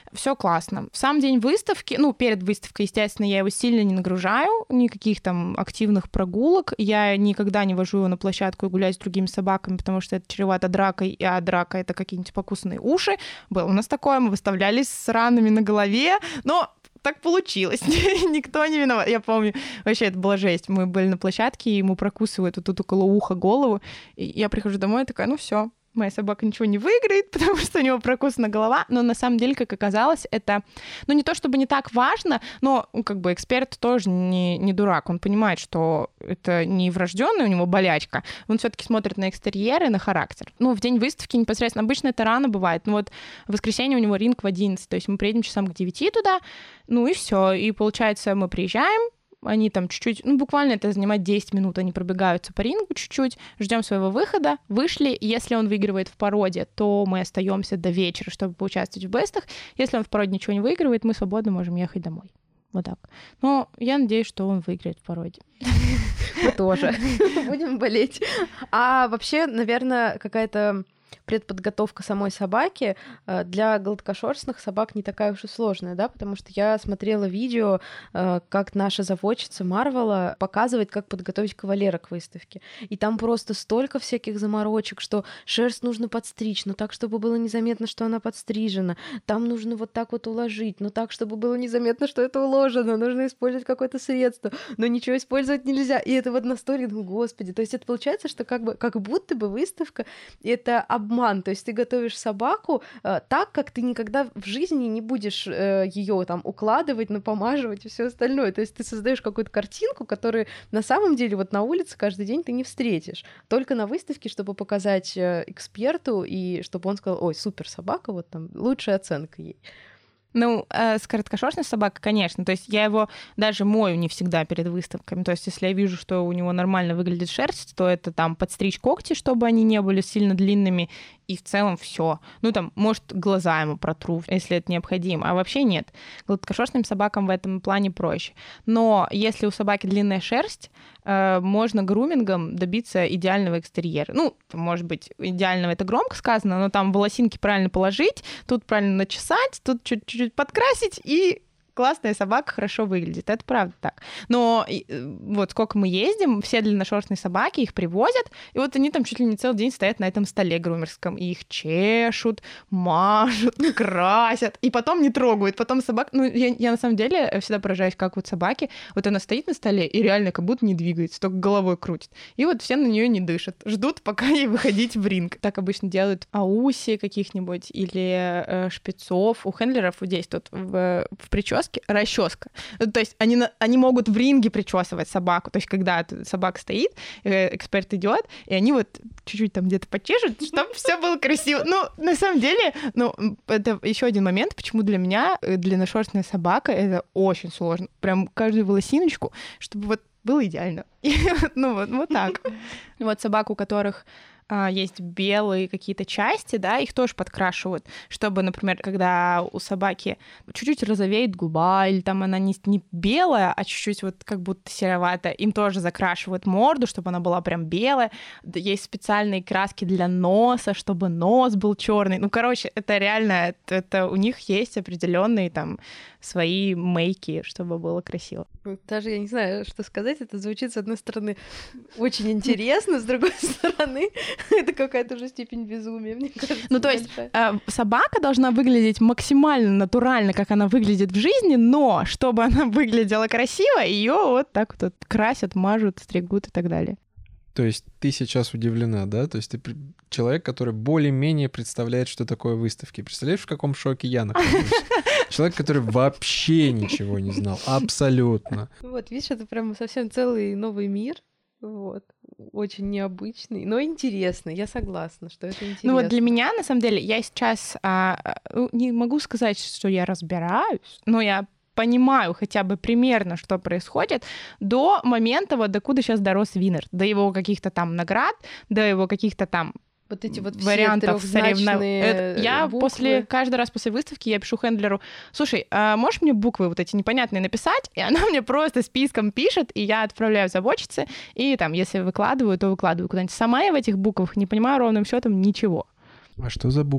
все классно. В сам день выставки, ну, перед выставкой, естественно, я его сильно не нагружаю, никаких там активных прогулок. Я никогда не вожу его на площадку и гулять с другими собаками, потому что это чревато дракой, а драка — это какие-нибудь покусанные уши. Было у нас такое, мы выставлялись с ранами на голове, но так получилось. Никто не виноват. Я помню, вообще это была жесть. Мы были на площадке, и ему прокусывают вот тут около уха голову. И я прихожу домой и такая, ну все, моя собака ничего не выиграет, потому что у него прокусана голова. Но на самом деле, как оказалось, это, ну, не то чтобы не так важно, но, ну, как бы эксперт тоже не, не дурак. Он понимает, что это не врожденная у него болячка. Он все-таки смотрит на экстерьер и на характер. Ну, в день выставки непосредственно, обычно это рано бывает. Ну, вот в воскресенье у него ринг в одиннадцать, то есть мы приедем часам к девяти туда, ну и все. И получается, мы приезжаем, они там чуть-чуть, ну, буквально это занимает десять минут, они пробегаются по рингу чуть-чуть, ждем своего выхода, вышли, если он выигрывает в породе, то мы остаемся до вечера, чтобы поучаствовать в бестах, если он в породе ничего не выигрывает, мы свободно можем ехать домой. Вот так. Но я надеюсь, что он выиграет в породе. Мы тоже будем болеть. А вообще, наверное, какая-то предподготовка самой собаки для гладкошерстных собак не такая уж и сложная, да, потому что я смотрела видео, как наша заводчица Марвела показывает, как подготовить кавалера к выставке. И там просто столько всяких заморочек, что шерсть нужно подстричь, но так, чтобы было незаметно, что она подстрижена. Там нужно вот так вот уложить, но так, чтобы было незаметно, что это уложено. Нужно использовать какое-то средство, но ничего использовать нельзя. И это вот настолько, ну, господи. То есть это получается, что как бы, как будто бы выставка — это обман. То есть ты готовишь собаку э, так, как ты никогда в жизни не будешь э, ее там укладывать, напомаживать и все остальное. То есть ты создаешь какую-то картинку, которую на самом деле вот на улице каждый день ты не встретишь. Только на выставке, чтобы показать э, эксперту и чтобы он сказал: ой, супер собака, вот там лучшая оценка ей. Ну, э, с короткошерстной собакой, конечно. То есть я его даже мою не всегда перед выставками. То есть если я вижу, что у него нормально выглядит шерсть, то это там подстричь когти, чтобы они не были сильно длинными, и в целом все. Ну, там, может, глаза ему протру, если это необходимо. А вообще нет. Гладкошерстным собакам в этом плане проще. Но если у собаки длинная шерсть, э, можно грумингом добиться идеального экстерьера. Ну, может быть, идеального — это громко сказано, но там волосинки правильно положить, тут правильно начесать, тут чуть-чуть подкрасить, и классная собака хорошо выглядит. Это правда так. Но вот сколько мы ездим, все длинношерстные собаки, их привозят, и вот они там чуть ли не целый день стоят на этом столе грумерском, и их чешут, мажут, красят, и потом не трогают. Потом собака... Ну, я, я на самом деле всегда поражаюсь, как вот собаки, вот она стоит на столе и реально как будто не двигается, только головой крутит. И вот все на нее не дышат, ждут, пока ей выходить в ринг. Так обычно делают ауси каких-нибудь или э, шпицов. У хендлеров вот здесь тут в, в прическе расческа. То есть они, они могут в ринге причесывать собаку. То есть когда собака стоит, эксперт идет, и они вот чуть-чуть там где-то почешут, чтобы все было красиво. Ну, на самом деле, ну, это еще один момент, почему для меня длинношерстная собака — это очень сложно. Прям каждую волосиночку, чтобы вот было идеально. И, ну, вот, вот так. Вот собак, у которых есть белые какие-то части, да, их тоже подкрашивают, чтобы, например, когда у собаки чуть-чуть розовеет губа, или там она не, не белая, а чуть-чуть вот как будто сероватая, им тоже закрашивают морду, чтобы она была прям белая. Есть специальные краски для носа, чтобы нос был черный. Ну, короче, это реально, это, это у них есть определенные там свои мейки, чтобы было красиво. Даже я не знаю, что сказать. Это звучит, с одной стороны, очень интересно, с другой стороны, это какая-то уже степень безумия, мне кажется. Ну, то есть э, собака должна выглядеть максимально натурально, как она выглядит в жизни, но чтобы она выглядела красиво, ее вот так вот красят, мажут, стригут и так далее. То есть ты сейчас удивлена, да? То есть ты человек, который более-менее представляет, что такое выставки. Представляешь, в каком шоке я нахожусь? Человек, который вообще ничего не знал. Абсолютно. Вот, видишь, это прям совсем целый новый мир. Вот. Очень необычный, но интересный. Я согласна, что это интересно. Ну вот для меня, на самом деле, я сейчас а, не могу сказать, что я разбираюсь, но я понимаю хотя бы примерно, что происходит, до момента, вот докуда сейчас дорос Винер, до его каких-то там наград, до его каких-то там вот эти вот вариантов соревнований. Я буквы. после, каждый раз после выставки я пишу хендлеру: слушай, а можешь мне буквы вот эти непонятные написать? И она мне просто списком пишет, и я отправляю заводчице, и там, если выкладываю, то выкладываю куда-нибудь. Сама я в этих буквах не понимаю ровным счетом ничего. А что за буквы?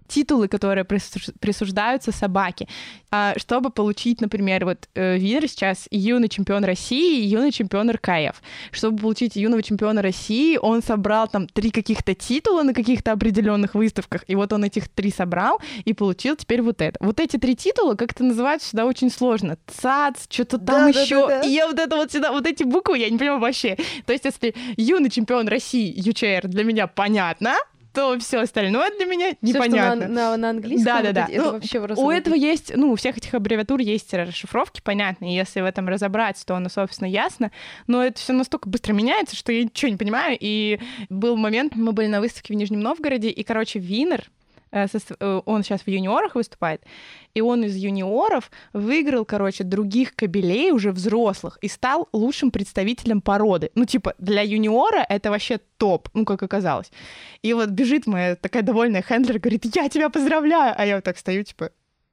титулы, которые присуждаются собаке. Чтобы получить, например, вот Винер сейчас юный чемпион России и юный чемпион эр ка эф. Чтобы получить юного чемпиона России, он собрал там три каких-то титула на каких-то определенных выставках, и вот он этих три собрал и получил теперь вот это. Вот эти три титула, как это называть, всегда очень сложно. ЦАЦ, что-то там да, еще. Да, да, да. И я вот это вот всегда, вот эти буквы, я не понимаю вообще. То есть если юный чемпион России, ю че эр, для меня понятно, то все остальное для меня непонятно. Всё, что на, на, на английском? Да, да, да. Это ну, вообще у этого есть, ну, у всех этих аббревиатур есть расшифровки, понятно, и если в этом разобраться, то оно, собственно, ясно, но это все настолько быстро меняется, что я ничего не понимаю, и был момент, мы были на выставке в Нижнем Новгороде, и, короче, Винер, он сейчас в юниорах выступает, и он из юниоров выиграл, короче, других кобелей, уже взрослых, и стал лучшим представителем породы. Ну, типа, для юниора это вообще топ, ну, как оказалось. И вот бежит моя такая довольная хендлер, говорит, я тебя поздравляю! А я вот так стою, типа,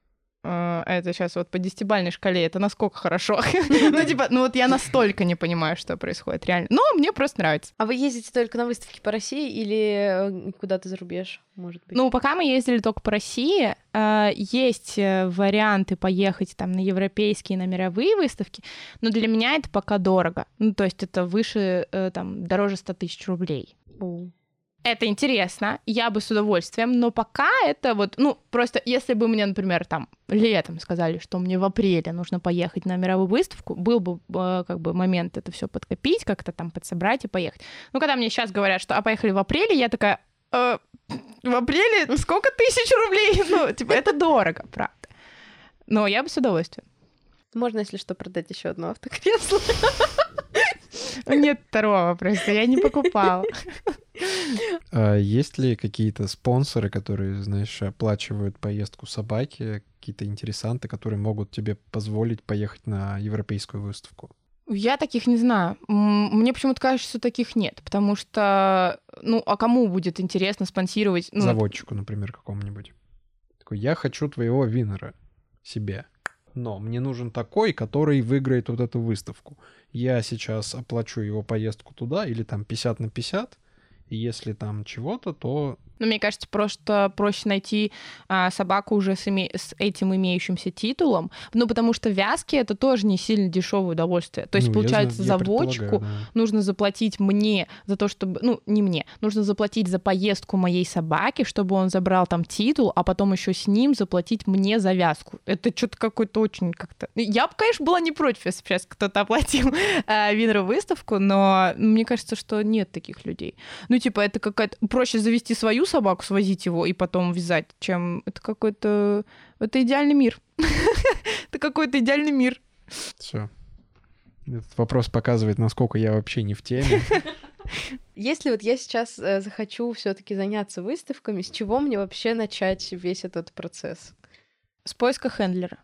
это сейчас вот по десятибалльной шкале, это насколько хорошо. Ну, типа, ну вот я настолько не понимаю, что происходит реально. Но мне просто нравится. А вы ездите только на выставки по России или куда-то за рубеж, может быть? Ну, пока мы ездили только по России, есть варианты поехать там на европейские, на мировые выставки, но для меня это пока дорого. Ну, то есть это выше, там, дороже ста тысяч рублей. Это интересно, я бы с удовольствием, но пока это вот, ну, просто если бы мне, например, там, летом сказали, что мне в апреле нужно поехать на мировую выставку, был бы, как бы, момент это все подкопить, как-то там подсобрать и поехать. Ну, когда мне сейчас говорят, что, а поехали в апреле, я такая, э, в апреле сколько тысяч рублей? Ну, типа, это дорого, правда. Но я бы с удовольствием. Можно, если что, продать еще одно автокресло. Нет второго просто, я не покупала. А есть ли какие-то спонсоры, которые, знаешь, оплачивают поездку собаки, какие-то интересанты, которые могут тебе позволить поехать на европейскую выставку? Я таких не знаю. Мне почему-то кажется, что таких нет, потому что, ну, а кому будет интересно спонсировать? Ну, заводчику, например, какому-нибудь. Такой, я хочу твоего Винера себе, но мне нужен такой, который выиграет вот эту выставку. Я сейчас оплачу его поездку туда, или там пятьдесят на пятьдесят, и если там чего-то, то... Ну, мне кажется, просто проще найти а, собаку уже с, име... с этим имеющимся титулом, ну, потому что вязки — это тоже не сильно дешевое удовольствие. То есть, ну, получается, знаю, заводчику да. нужно заплатить мне за то, чтобы... Ну, не мне. Нужно заплатить за поездку моей собаки, чтобы он забрал там титул, а потом еще с ним заплатить мне за вязку. Это что-то какое-то очень как-то... Я бы, конечно, была не против, если бы сейчас кто-то оплатил а, Винеру выставку, но мне кажется, что нет таких людей. Ну, типа, это какая-то... Проще завести свою собаку, свозить его и потом вязать, чем это какой-то... Это идеальный мир. Это какой-то идеальный мир. Все. Этот вопрос показывает, насколько я вообще не в теме. Если вот я сейчас э, захочу все-таки заняться выставками, с чего мне вообще начать весь этот процесс? С поиска хендлера.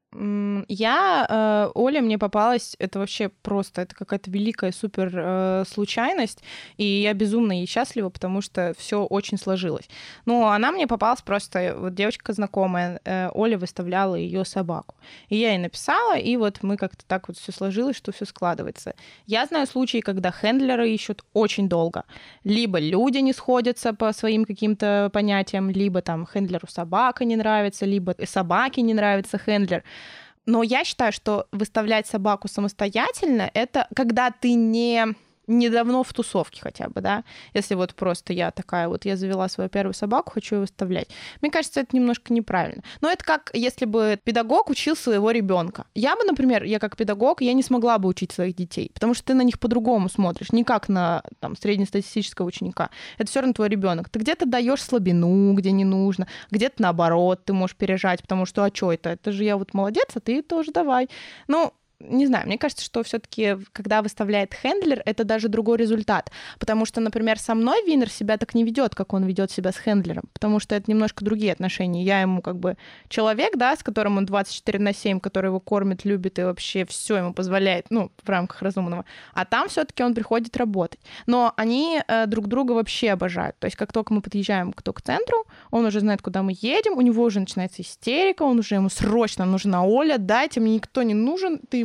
Я, э, Оля мне попалась, это вообще просто, это какая-то великая супер э, случайность, и я безумно ей счастлива, потому что все очень сложилось. Но она мне попалась просто, вот девочка знакомая, э, Оля выставляла ее собаку, и я ей написала, и вот мы как-то так вот все сложилось, что все складывается. Я знаю случаи, когда хендлеры ищут очень долго, либо люди не сходятся по своим каким-то понятиям, либо там хендлеру собака не нравится, либо собаке не нравится хендлер. Но я считаю, что выставлять собаку самостоятельно — это когда ты не... недавно в тусовке хотя бы, да, если вот просто я такая вот, я завела свою первую собаку, хочу ее выставлять. Мне кажется, это немножко неправильно. Но это как, если бы педагог учил своего ребенка. Я бы, например, я как педагог, я не смогла бы учить своих детей, потому что ты на них по-другому смотришь, не как на там, среднестатистического ученика. Это все равно твой ребенок. Ты где-то даешь слабину, где не нужно, где-то наоборот ты можешь пережать, потому что, а что это? Это же я вот молодец, а ты тоже давай. Ну, не знаю, мне кажется, что все-таки, когда выставляет хендлер, это даже другой результат. Потому что, например, со мной Винер себя так не ведет, как он ведет себя с хендлером. Потому что это немножко другие отношения. Я ему как бы человек, да, с которым он двадцать четыре на семь, который его кормит, любит и вообще все ему позволяет, ну, в рамках разумного. А там все-таки он приходит работать. Но они э, друг друга вообще обожают. То есть как только мы подъезжаем кто к центру, он уже знает, куда мы едем, у него уже начинается истерика, он уже ему срочно нужна Оля, дайте, мне никто не нужен, ты ему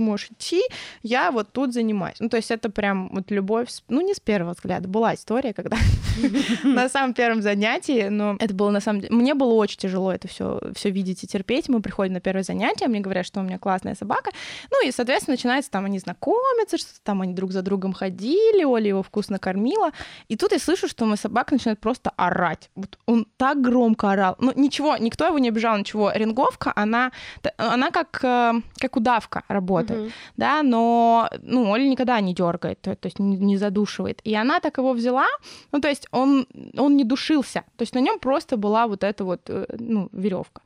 можешь идти, я вот тут занимаюсь. Ну, то есть это прям вот любовь, ну, не с первого взгляда. Была история, когда на самом первом занятии, но это было на самом деле... Мне было очень тяжело это все все видеть и терпеть. Мы приходим на первое занятие, мне говорят, что у меня классная собака. Ну, и, соответственно, начинается там, они знакомятся, что там они друг за другом ходили, Оля его вкусно кормила. И тут я слышу, что моя собака начинает просто орать. Вот он так громко орал. Ну, ничего, никто его не обижал, ничего. Ринговка, она, она как, как удавка работает, uh-huh. да, но, ну, Оля никогда не дергает, то, то есть не, не задушивает. И она так его взяла, ну, то есть он, он не душился, то есть на нем просто была вот эта вот, ну, веревка.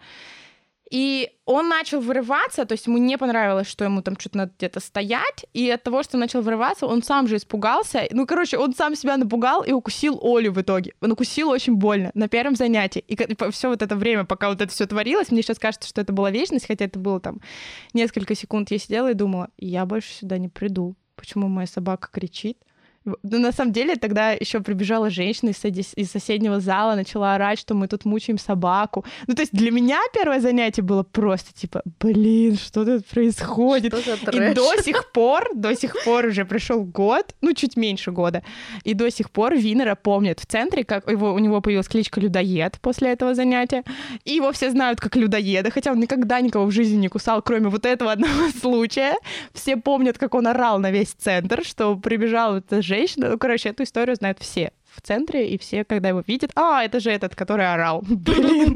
И он начал вырываться, то есть ему не понравилось, что ему там что-то надо где-то стоять, и от того, что он начал вырываться, он сам же испугался. Ну, короче, он сам себя напугал и укусил Олю в итоге. Он укусил очень больно на первом занятии. И все вот это время, пока вот это все творилось, мне сейчас кажется, что это была вечность, хотя это было там несколько секунд, я сидела и думала, я больше сюда не приду. Почему моя собака кричит? Ну, на самом деле, тогда еще прибежала женщина из, из соседнего зала, начала орать, что мы тут мучаем собаку. Ну, то есть для меня первое занятие было просто типа, блин, что тут происходит? Что за трэш? И до сих пор, до сих пор уже пришел год, ну, чуть меньше года, и до сих пор Винера помнят в центре, как его, у него появилась кличка Людоед после этого занятия, и его все знают как Людоеда, хотя он никогда никого в жизни не кусал, кроме вот этого одного случая. Все помнят, как он орал на весь центр, что прибежала эта женщина. Ну, короче, эту историю знают все в центре, и все, когда его видят, а, это же этот, который орал. Блин.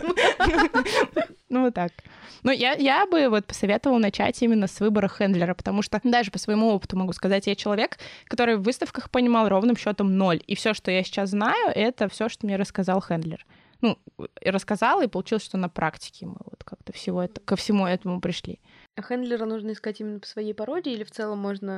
Ну, вот так. Но я, я бы вот посоветовала начать именно с выбора хендлера, потому что даже по своему опыту могу сказать, я человек, который в выставках понимал ровным счетом ноль. И все, что я сейчас знаю, это все, что мне рассказал хендлер. Ну, рассказала, и получилось, что на практике мы вот как-то всего это, ко всему этому пришли. А хендлера нужно искать именно по своей породе, или в целом можно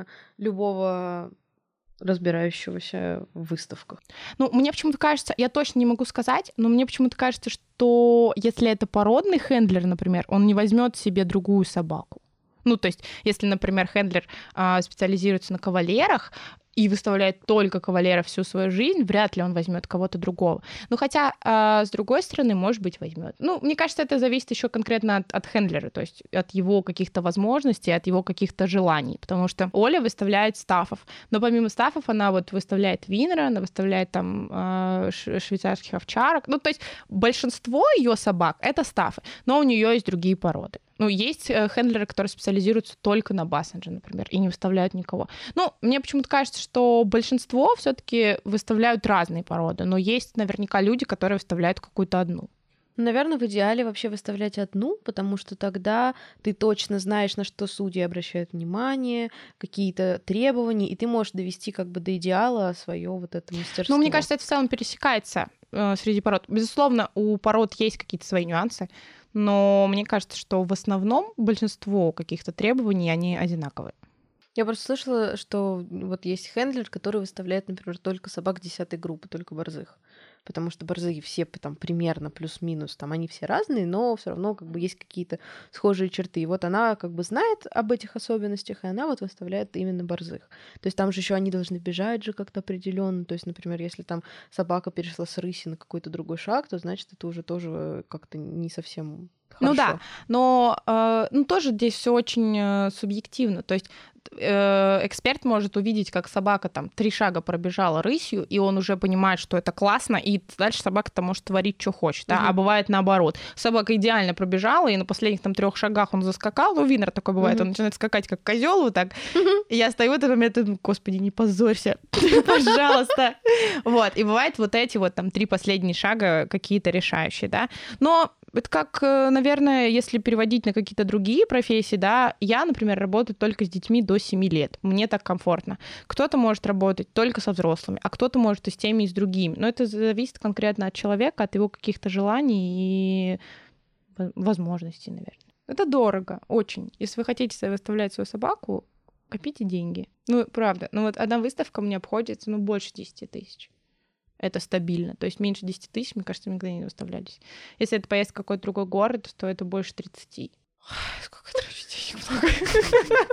любого разбирающегося в выставках? Ну, мне почему-то кажется, я точно не могу сказать, но мне почему-то кажется, что если это породный хендлер, например, он не возьмет себе другую собаку. Ну, то есть, если, например, хендлер а, специализируется на кавалерах и выставляет только кавалеров всю свою жизнь, вряд ли он возьмет кого-то другого. Ну, хотя, а, с другой стороны, может быть, возьмет. Ну, мне кажется, это зависит еще конкретно от, от хендлера, то есть от его каких-то возможностей, от его каких-то желаний, потому что Оля выставляет стаффов, но помимо стаффов она вот выставляет Винера, она выставляет там а, швейцарских овчарок. Ну, то есть большинство ее собак — это стаффы, но у нее есть другие породы. Ну, есть хендлеры, которые специализируются только на Бассендже, например, и не выставляют никого. Ну, мне почему-то кажется, что большинство все-таки выставляют разные породы, но есть наверняка люди, которые выставляют какую-то одну. Наверное, в идеале вообще выставлять одну, потому что тогда ты точно знаешь, на что судьи обращают внимание, какие-то требования, и ты можешь довести как бы до идеала свое вот это мастерство. Ну, мне кажется, это в целом пересекается э, среди пород. Безусловно, у пород есть какие-то свои нюансы, но мне кажется, что в основном большинство каких-то требований, они одинаковые. Я просто слышала, что вот есть хендлер, который выставляет, например, только собак десятой группы, только борзых. Потому что борзые все там примерно плюс-минус, там они все разные, но все равно как бы есть какие-то схожие черты. И вот она как бы знает об этих особенностях, и она вот выставляет именно борзых. То есть там же еще они должны бежать же как-то определенно. То есть, например, если там собака перешла с рыси на какой-то другой шаг, то значит это уже тоже как-то не совсем хорошо. Ну да, но э, ну, тоже здесь все очень э, субъективно. То есть э, эксперт может увидеть, как собака там три шага пробежала рысью, и он уже понимает, что это классно, и дальше собака-то может творить, что хочет. Да? Mm-hmm. А бывает наоборот. Собака идеально пробежала, и на последних там трех шагах он заскакал. Ну, Винер такой бывает, mm-hmm. он начинает скакать как козел вот так. Mm-hmm. И я стою в этот момент и думаю, господи, не позорься, пожалуйста. Вот. И бывает вот эти вот там три последние шага какие-то решающие, да. Но это как, наверное, если переводить на какие-то другие профессии, да, я, например, работаю только с детьми до семи лет. Мне так комфортно. Кто-то может работать только со взрослыми, а кто-то может и с теми, и с другими. Но это зависит конкретно от человека, от его каких-то желаний и возможностей, наверное. Это дорого, очень. Если вы хотите выставлять свою собаку, копите деньги. Ну, правда. Ну, вот одна выставка мне обходится, ну, больше десяти тысяч. Это стабильно. То есть меньше десяти тысяч, мне кажется, никогда не выставлялись. Если это поездка в какой-то другой город, то это больше тридцати. Сколько трачу денег много.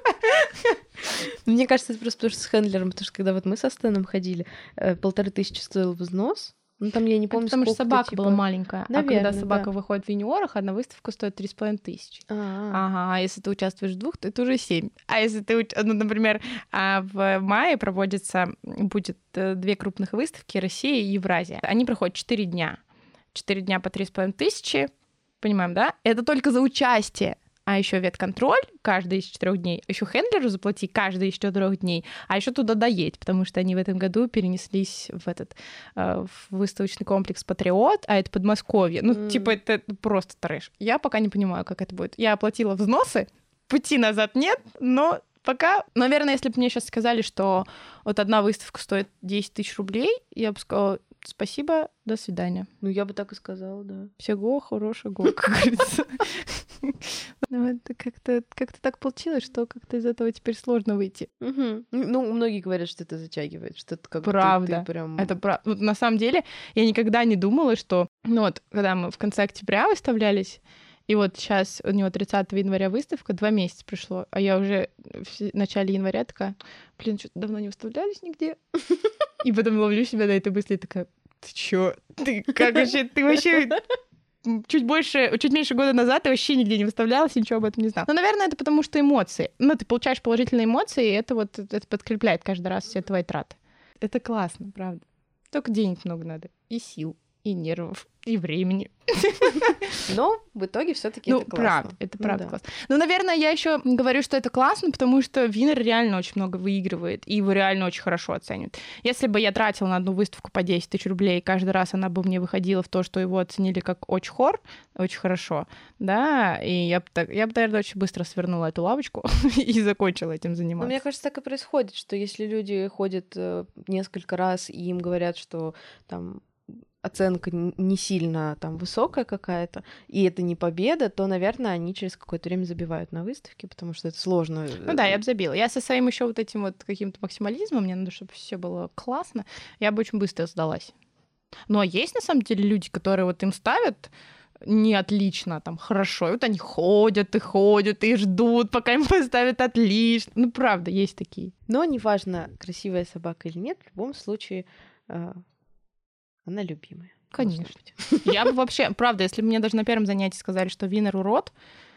Мне кажется, это просто потому что с хендлером, потому что когда вот мы со Стэном ходили, полторы тысячи стоил взнос, Ну, там я не помню, Потому что сколько-то, собака типа... была маленькая. Наверное, а когда собака да. выходит в юниорах, одна выставка стоит три с половиной тысячи. А-а-а. Ага, а если ты участвуешь в двух, то это уже семь. А если ты, уч- ну, например, а, в мае проводится, будет э, две крупных выставки, Россия и Евразия. Они проходят четыре дня. Четыре дня по три с половиной тысячи, понимаем, да? Это только за участие. А еще ветконтроль каждый из четырех дней, еще хендлеру заплати каждый из четырех дней, а еще туда доедь, потому что они в этом году перенеслись в этот э, в выставочный комплекс Патриот, а это Подмосковье. Ну, Mm. типа, это просто трэш. Я пока не понимаю, как это будет. Я оплатила взносы, пути назад нет, но пока, наверное, если бы мне сейчас сказали, что вот одна выставка стоит десять тысяч рублей, я бы сказала: спасибо, до свидания. Ну, я бы так и сказала, да. Всего хорошего, как говорится. Ну, это как-то как-то так получилось, что как-то из этого теперь сложно выйти. Мгм. Ну, многие говорят, что это затягивает, что это как бы ты- Правда. ты прям... Это правда. Вот на самом деле я никогда не думала, что... Ну вот, когда мы в конце октября выставлялись, и вот сейчас у него тридцатого января выставка, два месяца прошло, а я уже в начале января такая: блин, что-то давно не выставлялись нигде. И потом ловлю себя на этой мысли и такая: ты чё? Ты как вообще? Ты вообще... Чуть больше, чуть меньше года назад ты вообще нигде не выставлялась, ничего об этом не знала. Но, наверное, это потому что эмоции. Ну, ты получаешь положительные эмоции, и это вот это подкрепляет каждый раз все твои траты. Это классно, правда. Только денег много надо. И сил, и нервов, и времени. Но в итоге все таки Ну, это классно. правда, это Ну правда да. классно. Ну, наверное, я еще говорю, что это классно, потому что Винер реально очень много выигрывает, и его реально очень хорошо оценивают. Если бы я тратила на одну выставку по десять тысяч рублей, и каждый раз она бы мне выходила в то, что его оценили как очень хор, очень хорошо, да, и я бы, так, я бы, наверное, очень быстро свернула эту лавочку и закончила этим Ну, заниматься. мне кажется, так и происходит, что если люди ходят э, несколько раз, и им говорят, что там оценка н- не сильно там высокая какая-то, и это не победа, то, наверное, они через какое-то время забивают на выставке, потому что это сложно. Ну да, я бы забила. Я со своим еще вот этим вот каким-то максимализмом, мне надо, чтобы все было классно, я бы очень быстро сдалась. Ну а есть на самом деле люди, которые вот им ставят не отлично, а там хорошо, и вот они ходят и ходят и ждут, пока им поставят отлично. Ну правда, есть такие. Но неважно, красивая собака или нет, в любом случае э, она любимая. Конечно. должна быть. Я бы вообще, правда, если бы мне даже на первом занятии сказали, что Винер урод,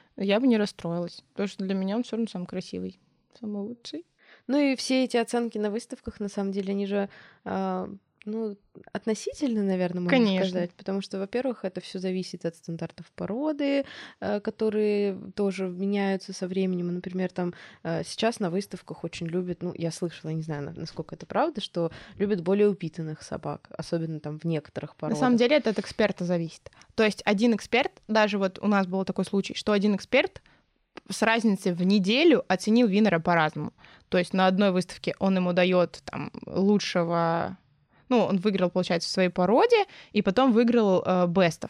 я бы не расстроилась, потому что для меня он все равно самый красивый, самый лучший. Ну и все эти оценки на выставках, на самом деле, они же э, ну, относительно, наверное, можно Конечно. сказать, потому что, во-первых, это все зависит от стандартов породы, э, которые тоже меняются со временем. Например, там э, сейчас на выставках очень любят, ну, я слышала, не знаю, на- насколько это правда, что любят более упитанных собак, особенно там в некоторых На породах. самом деле это от эксперта зависит. То есть один эксперт, даже вот у нас был такой случай, что один эксперт с разницей в неделю оценил Винера по-разному. То есть на одной выставке он ему дает там лучшего... Ну, он выиграл, получается, в своей породе, и потом выиграл э, бестов.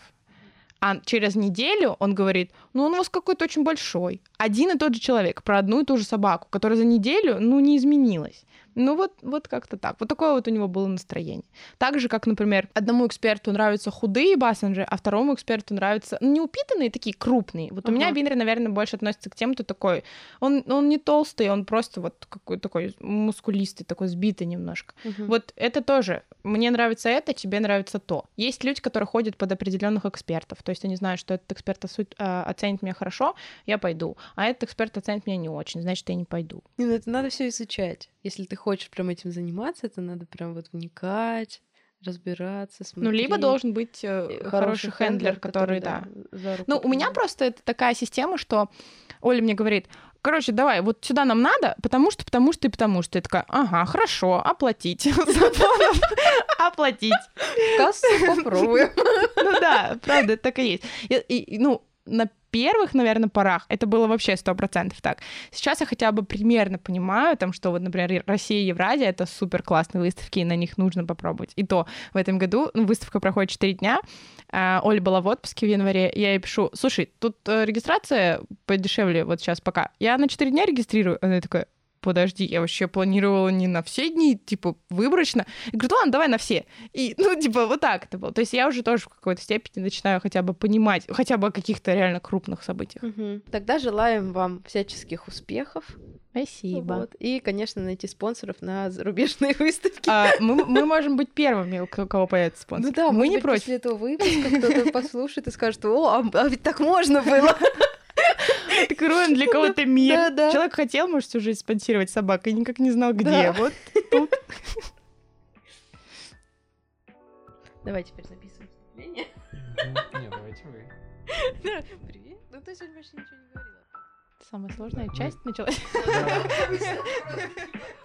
А через неделю он говорит: ну, он у вас какой-то очень большой. Один и тот же человек про одну и ту же собаку, которая за неделю, ну, не изменилась. Ну, вот, вот как-то так. Вот такое вот у него было настроение. Так же, как, например, одному эксперту нравятся худые бассенджи, а второму эксперту нравятся, ну, не упитанные, такие крупные. Вот у меня Ага. Винер, наверное, больше относится к тем, кто такой... Он, он не толстый, он просто вот какой-то такой мускулистый, такой сбитый немножко. Мгм. Вот это тоже. Мне нравится это, тебе нравится то. Есть люди, которые ходят под определенных экспертов. То есть они знают, что этот эксперт осу- а, оценит меня хорошо, я пойду. А этот эксперт оценит меня не очень, значит, я не пойду. Не, ну это надо все изучать. Если ты хочешь прям этим заниматься, это надо прям вот вникать, разбираться, смотреть. Ну, либо должен быть э, Э, хороший хендлер, который, да. за руку Ну, у меня приведёт. просто это такая система, что Оля мне говорит: короче, давай, вот сюда нам надо, потому что, потому что и потому что. Я такая: ага, хорошо, оплатить. Сафонов, оплатить. Кассу попробуем. Ну да, правда, это так и есть. И, и, ну, на первых, наверное, порах это было вообще сто процентов так. Сейчас я хотя бы примерно понимаю, там, что вот, например, Россия и Евразия — это супер классные выставки, и на них нужно попробовать. И то в этом году, ну, выставка проходит четыре дня, а, Оля была в отпуске в январе, я ей пишу: слушай, тут э, регистрация подешевле вот сейчас пока. Я на четыре дня регистрирую. Она такая: подожди, я вообще планировала не на все дни, типа, выборочно. Я говорю, ладно, давай на все. И, ну, типа, вот так это было. То есть я уже тоже в какой-то степени начинаю хотя бы понимать, хотя бы о каких-то реально крупных событиях. Угу. Тогда желаем вам всяческих успехов. Спасибо. Вот. И, конечно, найти спонсоров на зарубежные выставки. А, мы, мы можем быть первыми, у кого появится спонсор. Ну да, мы может не быть, против. после этого выпуска кто-то послушает и скажет, о, а, а ведь так можно было. Откроем для кого-то мир. Да, да. Человек хотел, может, всю жизнь спонсировать собак и никак не знал, где. Да. Вот тут. Давай теперь записываем вступление. Нет, давайте вы. Привет. Ну ты сегодня вообще ничего не говорила. Самая сложная часть началась.